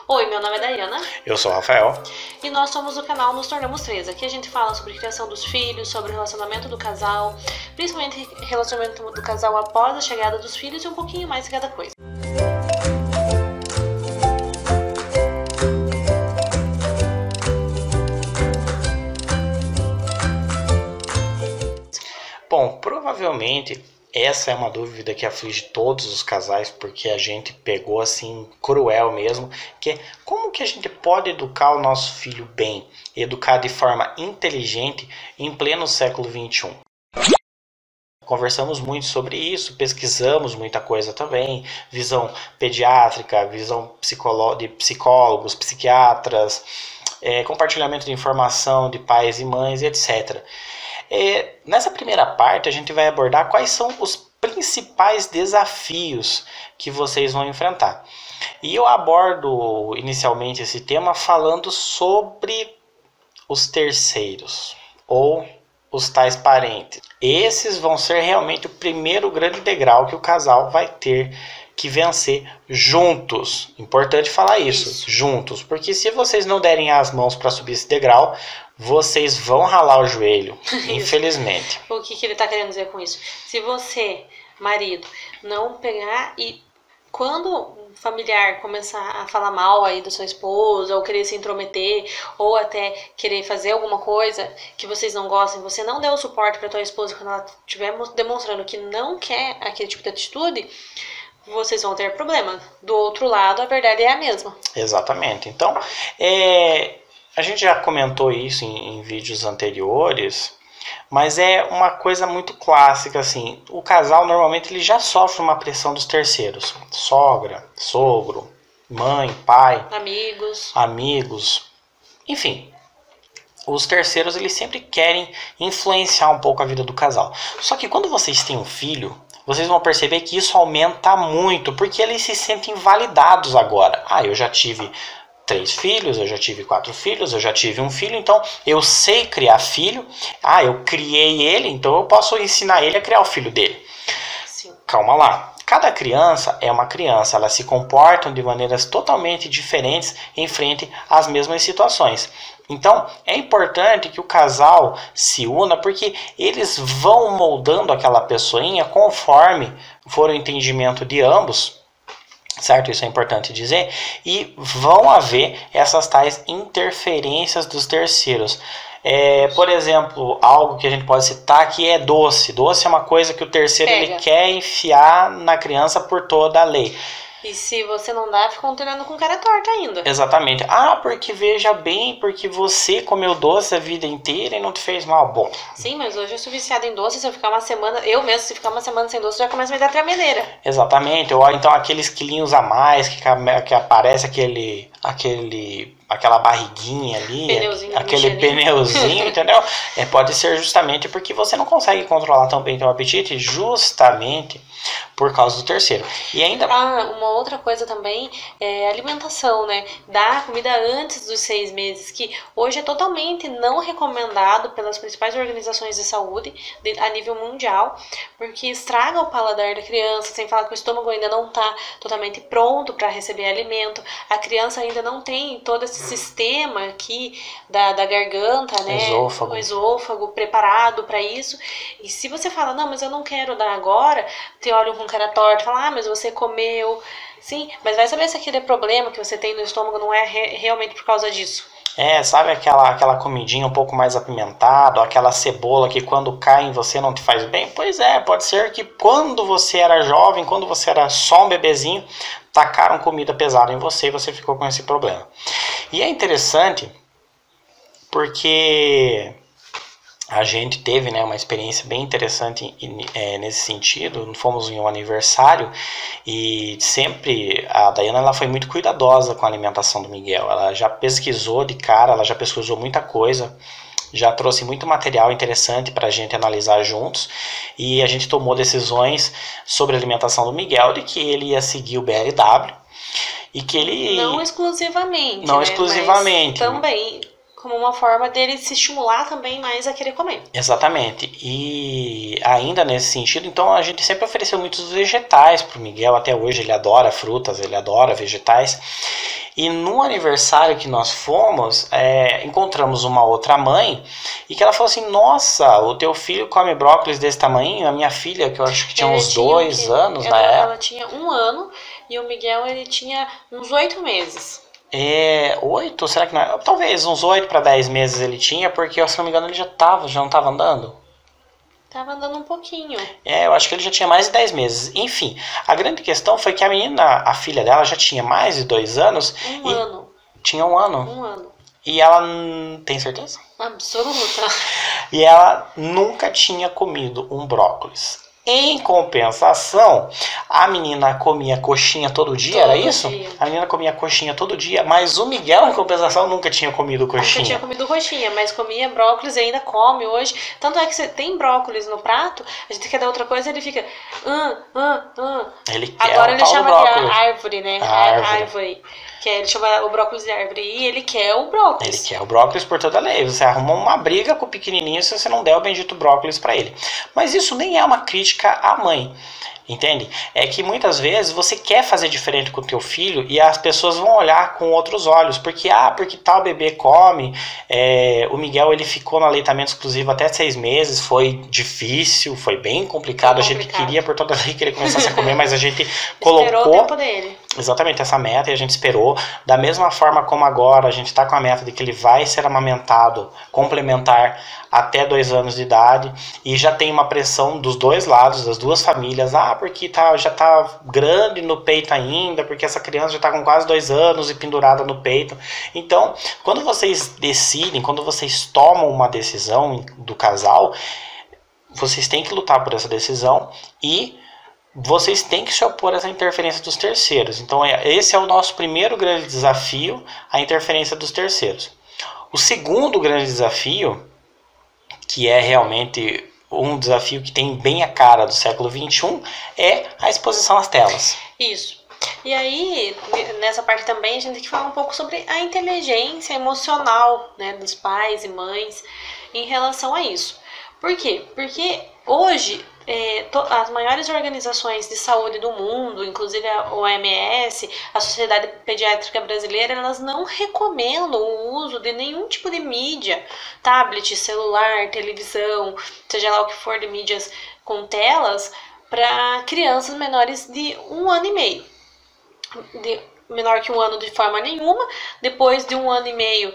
Oi, meu nome é Dayana. Eu sou o Rafael. E nós somos do canal Nos Tornamos 13. Aqui a gente fala sobre criação dos filhos, sobre o relacionamento do casal, principalmente relacionamento do casal após a chegada dos filhos e um pouquinho mais de cada coisa. Bom, provavelmente essa é uma dúvida que aflige todos os casais, porque a gente pegou assim, cruel mesmo, que é como que a gente pode educar o nosso filho bem, educar de forma inteligente em pleno século XXI. Conversamos muito sobre isso, pesquisamos muita coisa também, visão pediátrica, visão de psicólogos, psiquiatras, compartilhamento de informação de pais e mães, etc. Nessa primeira parte a gente vai abordar quais são os principais desafios que vocês vão enfrentar. E eu abordo inicialmente esse tema falando sobre os terceiros ou os tais parentes. Esses vão ser realmente o primeiro grande degrau que o casal vai ter que vencer juntos. Importante falar isso, juntos, porque se vocês não derem as mãos para subir esse degrau, vocês vão ralar o joelho, infelizmente. O que ele está querendo dizer com isso? Se você, marido, não pegar e quando um familiar começar a falar mal aí da sua esposa, ou querer se intrometer, ou até querer fazer alguma coisa que vocês não gostem, você não der o suporte para tua esposa quando ela estiver demonstrando que não quer aquele tipo de atitude, vocês vão ter problema. Do outro lado, a verdade é a mesma. Exatamente. Então, a gente já comentou isso em vídeos anteriores, mas é uma coisa muito clássica, assim, o casal normalmente ele já sofre uma pressão dos terceiros, sogra, sogro, mãe, pai, amigos, enfim, os terceiros eles sempre querem influenciar um pouco a vida do casal. Só que quando vocês têm um filho, vocês vão perceber que isso aumenta muito, porque eles se sentem validados agora. Eu já tive 3 filhos, eu já tive 4 filhos, eu já tive um filho, então eu sei criar filho. Eu criei ele, então eu posso ensinar ele a criar o filho dele. Sim. Calma lá. Cada criança é uma criança, elas se comportam de maneiras totalmente diferentes em frente às mesmas situações. Então, é importante que o casal se una, porque eles vão moldando aquela pessoinha conforme for o entendimento de ambos, certo? Isso é importante dizer. E vão haver essas tais interferências dos terceiros. Por exemplo, algo que a gente pode citar que é doce. Doce é uma coisa que o terceiro ele quer enfiar na criança por toda a lei. E se você não dá, fica treinando com cara torta ainda. Exatamente. Porque veja bem, porque você comeu doce a vida inteira e não te fez mal. Bom. Sim, mas hoje eu sou viciada em doce. Se eu ficar uma semana, se ficar uma semana sem doce, já começa a me dar tremedeira. Exatamente. Ou então aqueles quilinhos a mais que aparece aquela barriguinha ali, aquele pneuzinho, entendeu? Pode ser justamente porque você não consegue controlar tão bem teu apetite, justamente por causa do terceiro. E ainda uma outra coisa também é alimentação, né? Dar comida antes dos 6 meses, que hoje é totalmente não recomendado pelas principais organizações de saúde a nível mundial, porque estraga o paladar da criança, sem falar que o estômago ainda não está totalmente pronto para receber alimento, a criança ainda não tem todo esse sistema aqui da garganta, né? O esôfago preparado para isso. E se você fala, não, mas eu não quero dar agora, te olham com cara torta, fala, mas você comeu. Sim, mas vai saber se aquele problema que você tem no estômago não é realmente por causa disso. Sabe aquela comidinha um pouco mais apimentada, aquela cebola que quando cai em você não te faz bem? Pois pode ser que quando você era jovem, quando você era só um bebezinho, tacaram comida pesada em você e você ficou com esse problema. E é interessante porque a gente teve, uma experiência bem interessante nesse sentido. Fomos em um aniversário e sempre a Dayana ela foi muito cuidadosa com a alimentação do Miguel. Ela já pesquisou de cara, ela já pesquisou muita coisa, já trouxe muito material interessante para a gente analisar juntos e a gente tomou decisões sobre a alimentação do Miguel, de que ele ia seguir o BLW e que ele... Não exclusivamente, Não exclusivamente. Mas também... como uma forma dele se estimular também mais a querer comer. Exatamente. E ainda nesse sentido, então a gente sempre ofereceu muitos vegetais pro Miguel. Até hoje ele adora frutas, ele adora vegetais. E no aniversário que nós fomos, encontramos uma outra mãe e que ela falou assim, nossa, o teu filho come brócolis desse tamanho? A minha filha, que eu acho que tinha uns 2 anos na época. Ela tinha 1 ano e o Miguel ele tinha uns 8 meses. 8? Será que não é? Talvez uns 8 para 10 meses ele tinha, porque se não me engano ele já não estava andando. Tava andando um pouquinho. Eu acho que ele já tinha mais de 10 meses. Enfim, a grande questão foi que a menina, a filha dela, já tinha mais de 2 anos. Um ano. Tinha 1 ano? 1 ano. E ela, tem certeza? Absoluta. E ela nunca tinha comido um brócolis. Em compensação, a menina comia coxinha todo dia, era isso? A menina comia coxinha todo dia, mas o Miguel, em compensação, nunca tinha comido coxinha. Nunca tinha comido coxinha, mas comia brócolis e ainda come hoje. Tanto é que você tem brócolis no prato, a gente quer dar outra coisa, ele fica... Ele quer Agora o ele tal chama do de brócolis. árvore, né? Árvore. Que ele chama o brócolis de árvore. E ele quer o brócolis. Ele quer o brócolis por toda a lei. Você arruma uma briga com o pequenininho se você não der o bendito brócolis para ele. Mas isso nem é uma crítica à mãe. Entende? É que muitas vezes você quer fazer diferente com o teu filho e as pessoas vão olhar com outros olhos. Porque tal bebê come. O Miguel ele ficou no aleitamento exclusivo até 6 meses. Foi difícil, foi bem complicado. A gente queria por toda a lei que ele começasse a comer, mas a gente colocou... Esperou o tempo dele. Exatamente, essa meta, e a gente esperou. Da mesma forma como agora a gente está com a meta de que ele vai ser amamentado complementar até 2 anos de idade, e já tem uma pressão dos dois lados, das duas famílias, porque já tá grande no peito ainda, porque essa criança já está com quase 2 anos e pendurada no peito. Então, quando vocês decidem, quando vocês tomam uma decisão do casal, vocês têm que lutar por essa decisão e vocês têm que se opor a essa interferência dos terceiros. Então esse é o nosso primeiro grande desafio, a interferência dos terceiros. O segundo grande desafio, que é realmente um desafio que tem bem a cara do século XXI, é a exposição às telas. Isso. E aí, nessa parte também, a gente tem que falar um pouco sobre a inteligência emocional, né, dos pais e mães em relação a isso. Por quê? Porque hoje as maiores organizações de saúde do mundo, inclusive a OMS, a Sociedade Pediátrica Brasileira, elas não recomendam o uso de nenhum tipo de mídia, tablet, celular, televisão, seja lá o que for de mídias com telas, para crianças menores de 1 ano e meio. Menor que 1 ano de forma nenhuma, depois de 1 ano e meio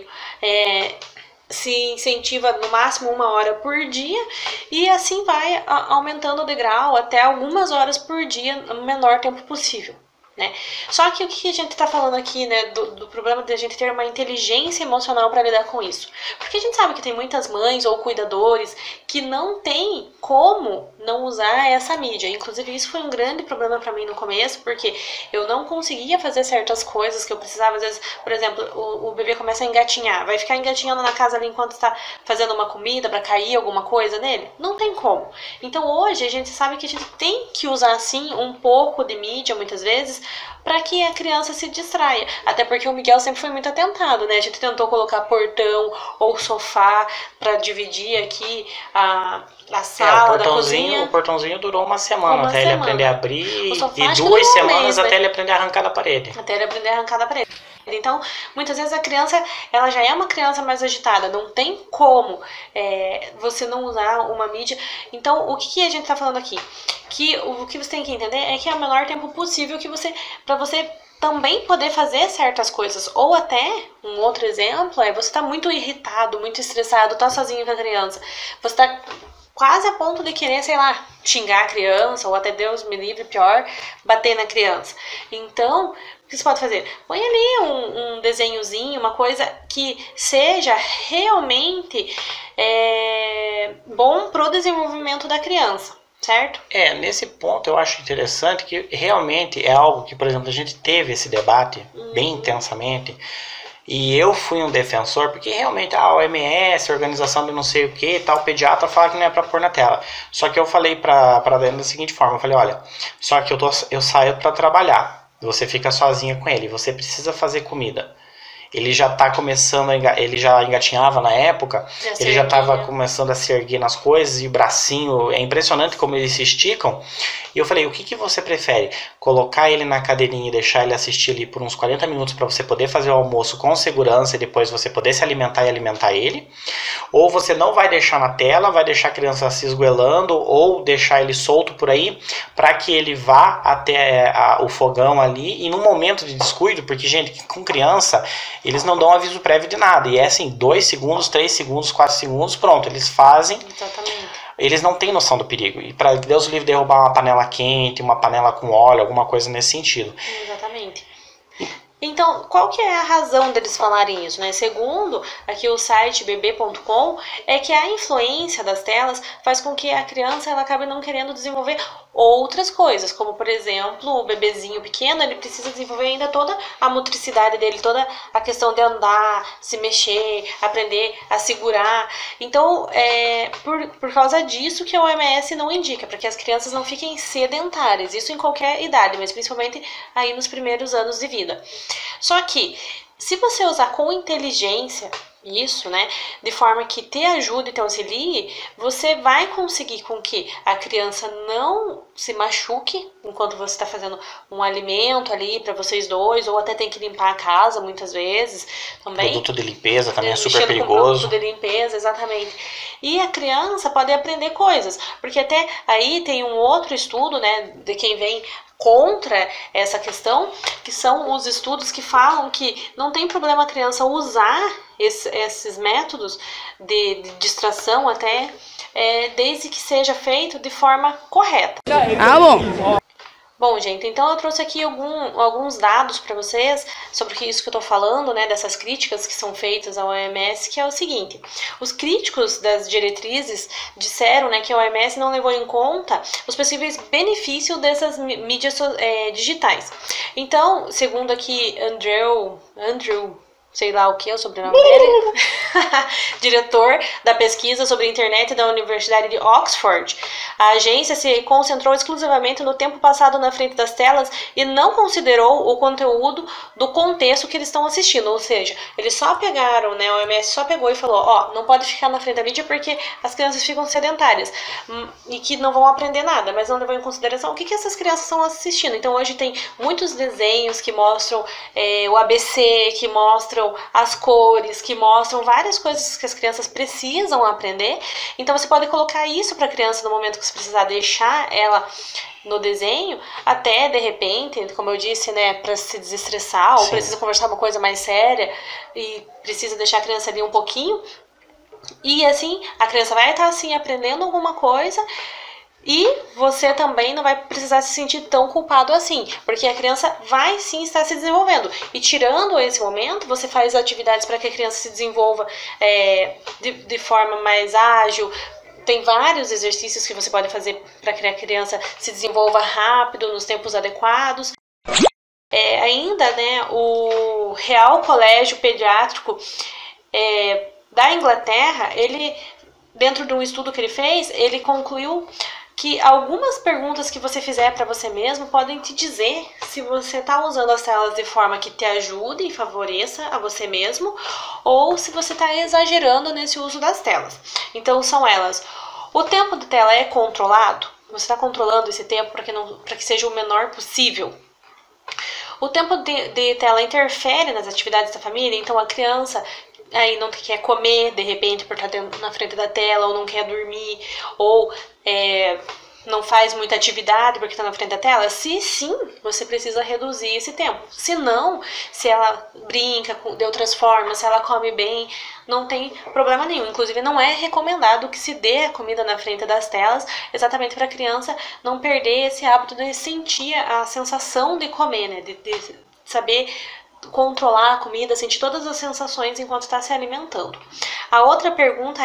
se incentiva no máximo 1 hora por dia e assim vai aumentando o degrau até algumas horas por dia no menor tempo possível, né? Só que o que a gente está falando aqui, né, do problema de a gente ter uma inteligência emocional para lidar com isso, porque a gente sabe que tem muitas mães ou cuidadores que não tem como não usar essa mídia. Inclusive isso foi um grande problema para mim no começo, porque eu não conseguia fazer certas coisas que eu precisava. Às vezes, por exemplo, o bebê começa a engatinhar, vai ficar engatinhando na casa ali enquanto está fazendo uma comida para cair alguma coisa nele? Não tem como. Então hoje a gente sabe que a gente tem que usar sim um pouco de mídia muitas vezes para que a criança se distraia. Até porque o Miguel sempre foi muito atentado, né? A gente tentou colocar portão ou sofá para dividir aqui a sala da cozinha. O portãozinho durou uma semana até ele aprender a abrir, e 2 semanas até ele aprender a arrancar da parede. Até ele aprender a arrancar da parede. Então, muitas vezes a criança, ela já é uma criança mais agitada, não tem como você não usar uma mídia. Então, o que a gente tá falando aqui? Que o que você tem que entender é que é o menor tempo possível para você também poder fazer certas coisas. Ou até, um outro exemplo é você tá muito irritado, muito estressado, tá sozinho com a criança, você tá quase a ponto de querer, sei lá, xingar a criança, ou até Deus me livre, pior, bater na criança. Então, o que você pode fazer? Põe ali um desenhozinho, uma coisa que seja realmente bom pro desenvolvimento da criança, certo? Nesse ponto eu acho interessante que realmente é algo que, por exemplo, a gente teve esse debate bem intensamente. E eu fui um defensor, porque realmente a OMS, a organização de não sei o que, tal, pediatra fala que não é para pôr na tela. Só que eu falei para dentro da seguinte forma, eu falei, olha, só que eu saio para trabalhar, você fica sozinha com ele, você precisa fazer comida. ele já tá começando, ele já engatinhava na época, ele já estava começando a se erguer nas coisas, e o bracinho, é impressionante como eles se esticam. E eu falei, o que você prefere? Colocar ele na cadeirinha e deixar ele assistir ali por uns 40 minutos para você poder fazer o almoço com segurança e depois você poder se alimentar e alimentar ele? Ou você não vai deixar na tela, vai deixar a criança se esgoelando ou deixar ele solto por aí para que ele vá até o fogão ali, e no momento de descuido, porque, gente, com criança, eles não dão aviso prévio de nada, e é assim, 2 segundos, 3 segundos, 4 segundos, pronto, eles fazem. Exatamente. Eles não têm noção do perigo. E para Deus livre derrubar uma panela quente, uma panela com óleo, alguma coisa nesse sentido. Exatamente. Então, qual que é a razão deles falarem isso, né? Segundo aqui o site bb.com, é que a influência das telas faz com que a criança ela acabe não querendo desenvolver outras coisas, como por exemplo, o bebezinho pequeno, ele precisa desenvolver ainda toda a motricidade dele, toda a questão de andar, se mexer, aprender a segurar. Então, por causa disso que a OMS não indica, para que as crianças não fiquem sedentárias, isso em qualquer idade, mas principalmente aí nos primeiros anos de vida. Só que, se você usar com inteligência isso, né, de forma que te ajude e te auxilie, você vai conseguir com que a criança não se machuque enquanto você está fazendo um alimento ali para vocês dois, ou até tem que limpar a casa muitas vezes também. Produto de limpeza também é super perigoso. Produto de limpeza, exatamente. E a criança pode aprender coisas, porque até aí tem um outro estudo, né, de quem vem contra essa questão, que são os estudos que falam que não tem problema a criança usar esses métodos de distração até, desde que seja feito de forma correta. Bom, gente, então eu trouxe aqui alguns dados para vocês sobre isso que eu tô falando, né, dessas críticas que são feitas à OMS, que é o seguinte: os críticos das diretrizes disseram, né, que a OMS não levou em conta os possíveis benefícios dessas mídias digitais. Então, segundo aqui Andrew sei lá o que é o sobrenome dele, diretor da pesquisa sobre a internet da Universidade de Oxford, a agência se concentrou exclusivamente no tempo passado na frente das telas e não considerou o conteúdo do contexto que eles estão assistindo, ou seja, eles só pegaram, né, a OMS só pegou e falou, não pode ficar na frente da mídia porque as crianças ficam sedentárias e que não vão aprender nada, mas não levou em consideração o que essas crianças estão assistindo. Então hoje tem muitos desenhos que mostram o ABC, que mostram as cores, que mostram várias coisas que as crianças precisam aprender. Então você pode colocar isso para a criança no momento que você precisar deixar ela no desenho, até de repente, como eu disse, né, para se desestressar, ou precisa conversar uma coisa mais séria e precisa deixar a criança ali um pouquinho. E assim, a criança vai estar assim aprendendo alguma coisa. E você também não vai precisar se sentir tão culpado assim, porque a criança vai sim estar se desenvolvendo. E tirando esse momento, você faz atividades para que a criança se desenvolva de forma mais ágil. Tem vários exercícios que você pode fazer para que a criança se desenvolva rápido, nos tempos adequados. Ainda, né, o Real Colégio Pediátrico da Inglaterra, ele, dentro de um estudo que ele fez, ele concluiu que algumas perguntas que você fizer para você mesmo podem te dizer se você está usando as telas de forma que te ajude e favoreça a você mesmo, ou se você está exagerando nesse uso das telas. Então são elas: o tempo de tela é controlado? Você está controlando esse tempo para que seja o menor possível? O tempo de tela interfere nas atividades da família? Então a criança aí não quer comer, de repente, por estar na frente da tela, ou não quer dormir, ou não faz muita atividade porque está na frente da tela. Se sim, você precisa reduzir esse tempo. Se não, se ela brinca de outras formas, se ela come bem, não tem problema nenhum. Inclusive, não é recomendado que se dê a comida na frente das telas, exatamente para a criança não perder esse hábito de sentir a sensação de comer, né? De saber controlar a comida, sentir todas as sensações enquanto está se alimentando. A outra pergunta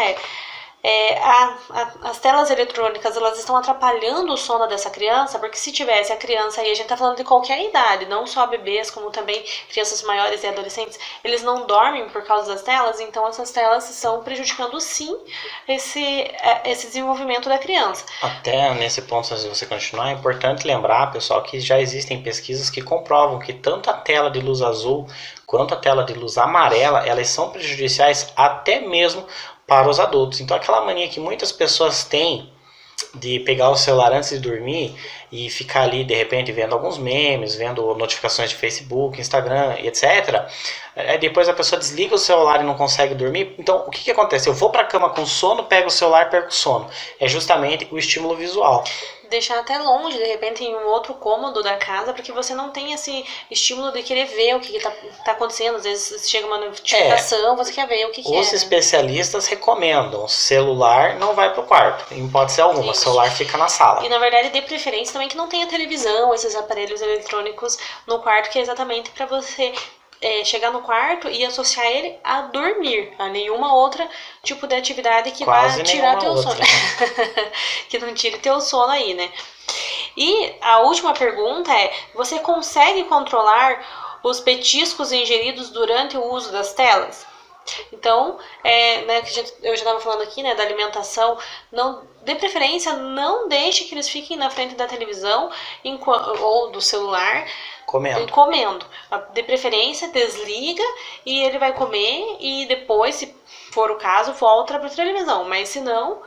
as telas eletrônicas, elas estão atrapalhando o sono dessa criança? Porque se tivesse a criança aí, a gente tá falando de qualquer idade, não só bebês, como também crianças maiores e adolescentes, eles não dormem por causa das telas, então essas telas estão prejudicando sim esse desenvolvimento da criança. Até nesse ponto, se você continuar, é importante lembrar, pessoal, que já existem pesquisas que comprovam que tanto a tela de luz azul quanto a tela de luz amarela, elas são prejudiciais até mesmo para os adultos. Então aquela mania que muitas pessoas têm de pegar o celular antes de dormir e ficar ali de repente vendo alguns memes, vendo notificações de Facebook, Instagram, etc. Aí depois a pessoa desliga o celular e não consegue dormir. Então o que acontece? Eu vou para a cama com sono, pego o celular e perco o sono. É justamente o estímulo visual. Deixar até longe, de repente, em um outro cômodo da casa, porque você não tem esse estímulo de querer ver o que tá acontecendo. Às vezes chega uma notificação, você quer ver o que é. Os especialistas recomendam, celular não vai pro quarto, em hipótese alguma, Isso. celular fica na sala. E na verdade, de preferência também que não tenha televisão, esses aparelhos eletrônicos no quarto, que é exatamente para você chegar no quarto e associar ele a dormir, a nenhuma outra tipo de atividade que Quase vá tirar teu outra, sono. Que não tire teu sono aí, né? E a última pergunta é: você consegue controlar os petiscos ingeridos durante o uso das telas? Então, né, que eu já estava falando aqui, né, da alimentação, de preferência, não deixe que eles fiquem na frente da televisão ou do celular comendo. De preferência, desliga e ele vai comer e depois, se for o caso, volta para a televisão. Mas se não,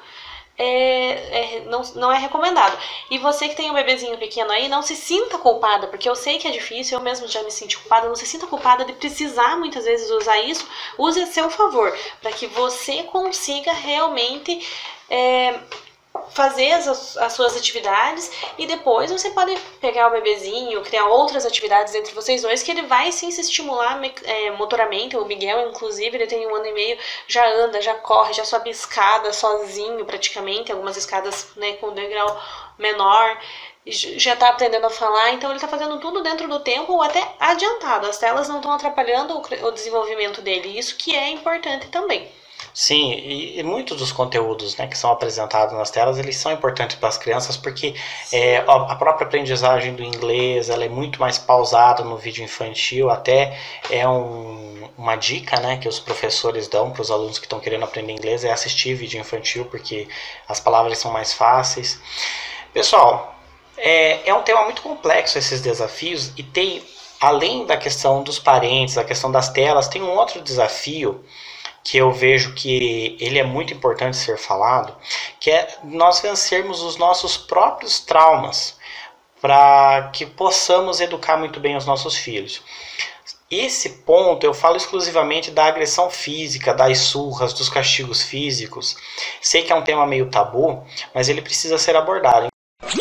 não é recomendado. E você que tem um bebezinho pequeno aí, não se sinta culpada, porque eu sei que é difícil, eu mesmo já me senti culpada. Não se sinta culpada de precisar muitas vezes usar isso. Use a seu favor, para que você consiga realmente fazer as suas atividades, e depois você pode pegar o bebezinho, criar outras atividades entre vocês dois, que ele vai sim se estimular motoramente. O Miguel, inclusive, ele tem 1 ano e meio, já anda, já corre, já sobe escada sozinho praticamente, algumas escadas, né, com degrau menor, já está aprendendo a falar. Então ele está fazendo tudo dentro do tempo ou até adiantado. As telas não estão atrapalhando o desenvolvimento dele, isso que é importante também. Sim, e muitos dos conteúdos, né, que são apresentados nas telas, eles são importantes para as crianças porque a própria aprendizagem do inglês, ela é muito mais pausada no vídeo infantil. Até uma dica, né, que os professores dão para os alunos que estão querendo aprender inglês é assistir vídeo infantil, porque as palavras são mais fáceis. Pessoal, é um tema muito complexo esses desafios, e tem, além da questão dos parentes, a questão das telas, tem um outro desafio que eu vejo que ele é muito importante ser falado, que é nós vencermos os nossos próprios traumas para que possamos educar muito bem os nossos filhos. Esse ponto eu falo exclusivamente da agressão física, das surras, dos castigos físicos. Sei que é um tema meio tabu, mas ele precisa ser abordado.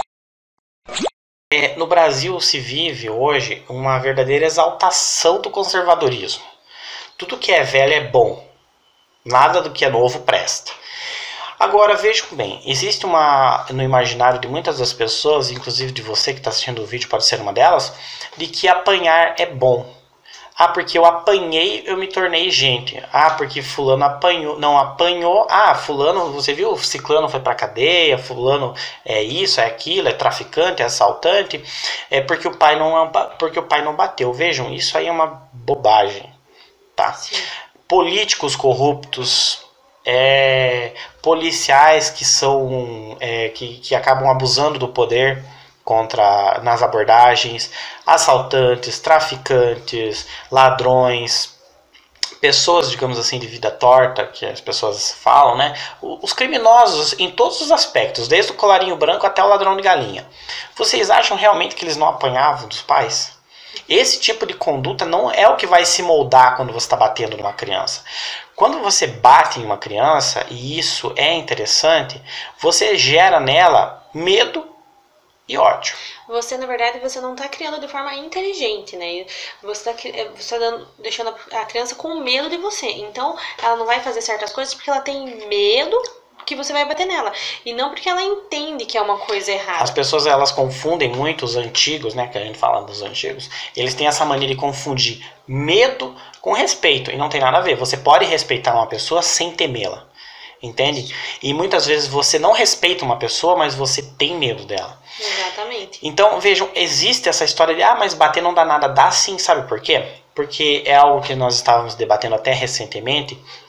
No Brasil se vive hoje uma verdadeira exaltação do conservadorismo. Tudo que é velho é bom. Nada do que é novo presta. Agora vejam bem, existe no imaginário de muitas das pessoas, inclusive de você que está assistindo o vídeo, pode ser uma delas, de que apanhar é bom. Ah, porque eu apanhei, eu me tornei gente. Ah, porque fulano apanhou, não apanhou. Ah, fulano, você viu, ciclano foi pra cadeia, fulano é isso, é aquilo, é traficante, é assaltante. É porque o pai não bateu. Vejam, isso aí é uma bobagem, tá? Sim. Políticos corruptos, policiais que são que acabam abusando do poder nas abordagens, assaltantes, traficantes, ladrões, pessoas, digamos assim, de vida torta, que as pessoas falam, né? Os criminosos em todos os aspectos, desde o colarinho branco até o ladrão de galinha. Vocês acham realmente que eles não apanhavam dos pais? Esse tipo de conduta não é o que vai se moldar quando você está batendo numa criança. Quando você bate em uma criança, e isso é interessante, você gera nela medo e ódio. Você, na verdade, você não está criando de forma inteligente, né? Você está deixando a criança com medo de você. Então, ela não vai fazer certas coisas porque ela tem medo que você vai bater nela, e não porque ela entende que é uma coisa errada. As pessoas, elas confundem muito os antigos, né, que a gente fala dos antigos, eles têm essa mania de confundir medo com respeito, e não tem nada a ver. Você pode respeitar uma pessoa sem temê-la, entende? E muitas vezes você não respeita uma pessoa, mas você tem medo dela. Exatamente. Então, vejam, existe essa história de, mas bater não dá nada. Dá sim, sabe por quê? Porque é algo que nós estávamos debatendo até recentemente,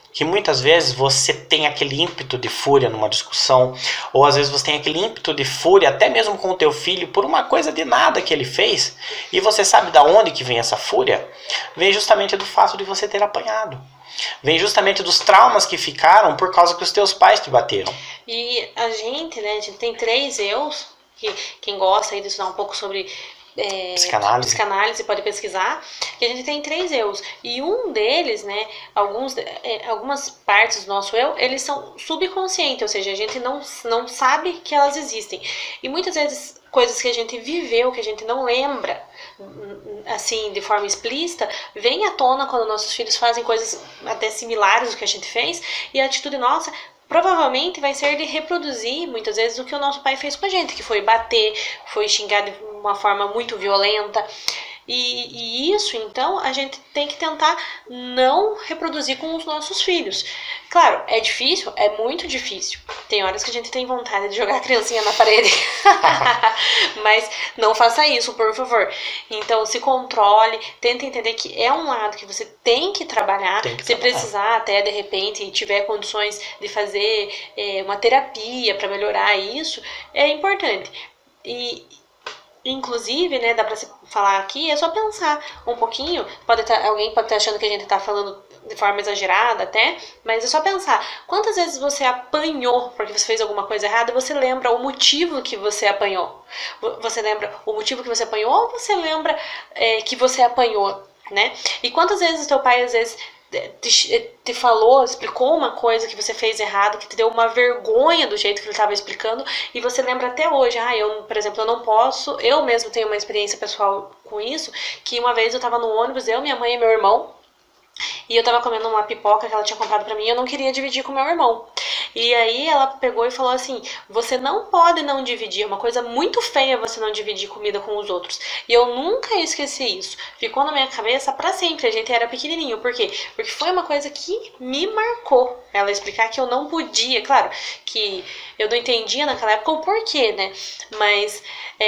que muitas vezes você tem aquele ímpeto de fúria numa discussão, ou às vezes você tem aquele ímpeto de fúria até mesmo com o teu filho por uma coisa de nada que ele fez, e você sabe de onde que vem essa fúria? Vem justamente do fato de você ter apanhado. Vem justamente dos traumas que ficaram por causa que os teus pais te bateram. E a gente, né, a gente tem 3 eus, que quem gosta aí de estudar um pouco sobre psicanálise pode pesquisar, que a gente tem 3 eus. E um deles, né, algumas partes do nosso eu, eles são subconscientes, ou seja, a gente não sabe que elas existem. E muitas vezes coisas que a gente viveu, que a gente não lembra, assim, de forma explícita, vem à tona quando nossos filhos fazem coisas até similares ao que a gente fez, e a atitude nossa provavelmente vai ser de reproduzir, muitas vezes, o que o nosso pai fez com a gente, que foi bater, foi xingar de uma forma muito violenta. E isso, então, a gente tem que tentar não reproduzir com os nossos filhos. Claro, é difícil, é muito difícil. Tem horas que a gente tem vontade de jogar a criancinha na parede. Mas não faça isso, por favor. Então, se controle, tenta entender que é um lado que você tem que trabalhar. Se precisar, até de repente, e tiver condições de fazer uma terapia para melhorar isso, é importante. Inclusive, né, dá pra se falar aqui, é só pensar um pouquinho, alguém pode estar achando que a gente tá falando de forma exagerada até, mas é só pensar, quantas vezes você apanhou porque você fez alguma coisa errada, você lembra o motivo que você apanhou? Você lembra o motivo que você apanhou ou você lembra que você apanhou, né? E quantas vezes o teu pai, às vezes, te falou, explicou uma coisa que você fez errado, que te deu uma vergonha do jeito que ele estava explicando, e você lembra até hoje, eu, por exemplo, eu não posso, eu mesmo tenho uma experiência pessoal com isso, que uma vez eu estava no ônibus, eu, minha mãe e meu irmão, e eu tava comendo uma pipoca que ela tinha comprado pra mim e eu não queria dividir com meu irmão. E aí ela pegou e falou assim, você não pode não dividir, é uma coisa muito feia você não dividir comida com os outros. E eu nunca esqueci isso. Ficou na minha cabeça pra sempre, a gente era pequenininho. Por quê? Porque foi uma coisa que me marcou. Ela explicar que eu não podia, claro, que eu não entendia naquela época o porquê, né? Mas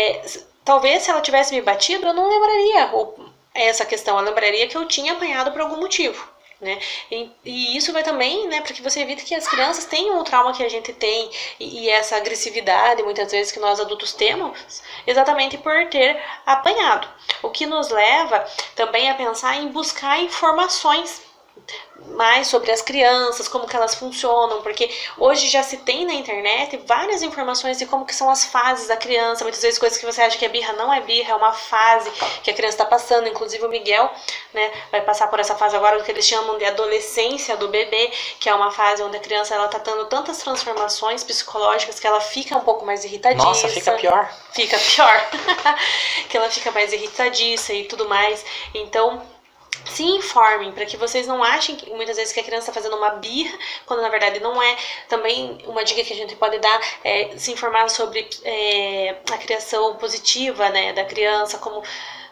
talvez se ela tivesse me batido, eu não lembraria essa questão, eu lembraria que eu tinha apanhado por algum motivo, né? E isso vai também, né, para que você evite que as crianças tenham o trauma que a gente tem e essa agressividade, muitas vezes, que nós adultos temos, exatamente por ter apanhado. O que nos leva também a pensar em buscar informações mais sobre as crianças, como que elas funcionam, porque hoje já se tem na internet várias informações de como que são as fases da criança, muitas vezes coisas que você acha que é birra, não é birra, é uma fase que a criança está passando, inclusive o Miguel, né, vai passar por essa fase agora, o que eles chamam de adolescência do bebê, que é uma fase onde a criança ela tá tendo tantas transformações psicológicas que ela fica um pouco mais irritadiça. Nossa, fica pior. Fica pior. Que ela fica mais irritadiça e tudo mais, então se informem, para que vocês não achem que, muitas vezes, que a criança está fazendo uma birra, quando na verdade não é. Também uma dica que a gente pode dar é se informar sobre a criação positiva, né, da criança, como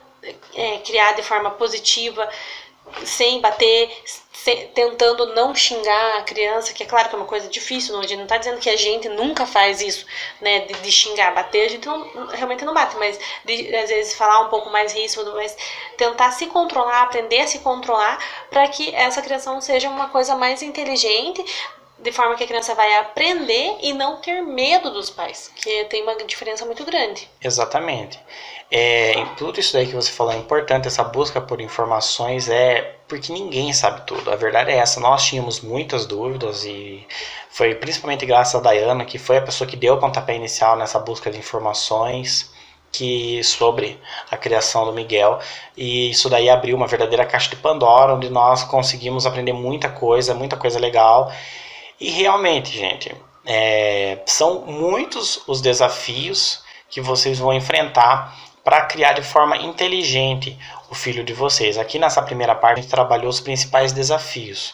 criar de forma positiva, sem bater, tentando não xingar a criança, que é claro que é uma coisa difícil, a gente não está dizendo que a gente nunca faz isso, né, de xingar, bater, a gente realmente não bate, mas às vezes falar um pouco mais ríspido, mas tentar se controlar, aprender a se controlar, para que essa criação seja uma coisa mais inteligente, de forma que a criança vai aprender e não ter medo dos pais, que tem uma diferença muito grande. Exatamente. Em tudo isso daí que você falou é importante, essa busca por informações, porque ninguém sabe tudo. A verdade é essa, nós tínhamos muitas dúvidas e foi principalmente graças a Dayana, que foi a pessoa que deu o pontapé inicial nessa busca de informações sobre a criação do Miguel, e isso daí abriu uma verdadeira caixa de Pandora, onde nós conseguimos aprender muita coisa legal. E realmente, gente, são muitos os desafios que vocês vão enfrentar para criar de forma inteligente o filho de vocês. Aqui nessa primeira parte a gente trabalhou os principais desafios.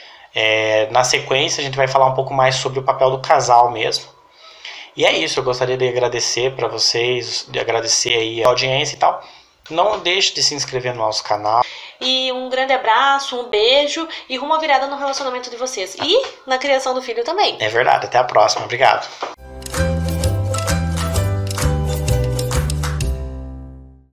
Na sequência a gente vai falar um pouco mais sobre o papel do casal mesmo. E é isso, eu gostaria de agradecer para vocês, de agradecer aí a audiência e tal. Não deixe de se inscrever no nosso canal. E um grande abraço, um beijo e rumo à virada no relacionamento de vocês. E na criação do filho também. É verdade, até a próxima. Obrigado.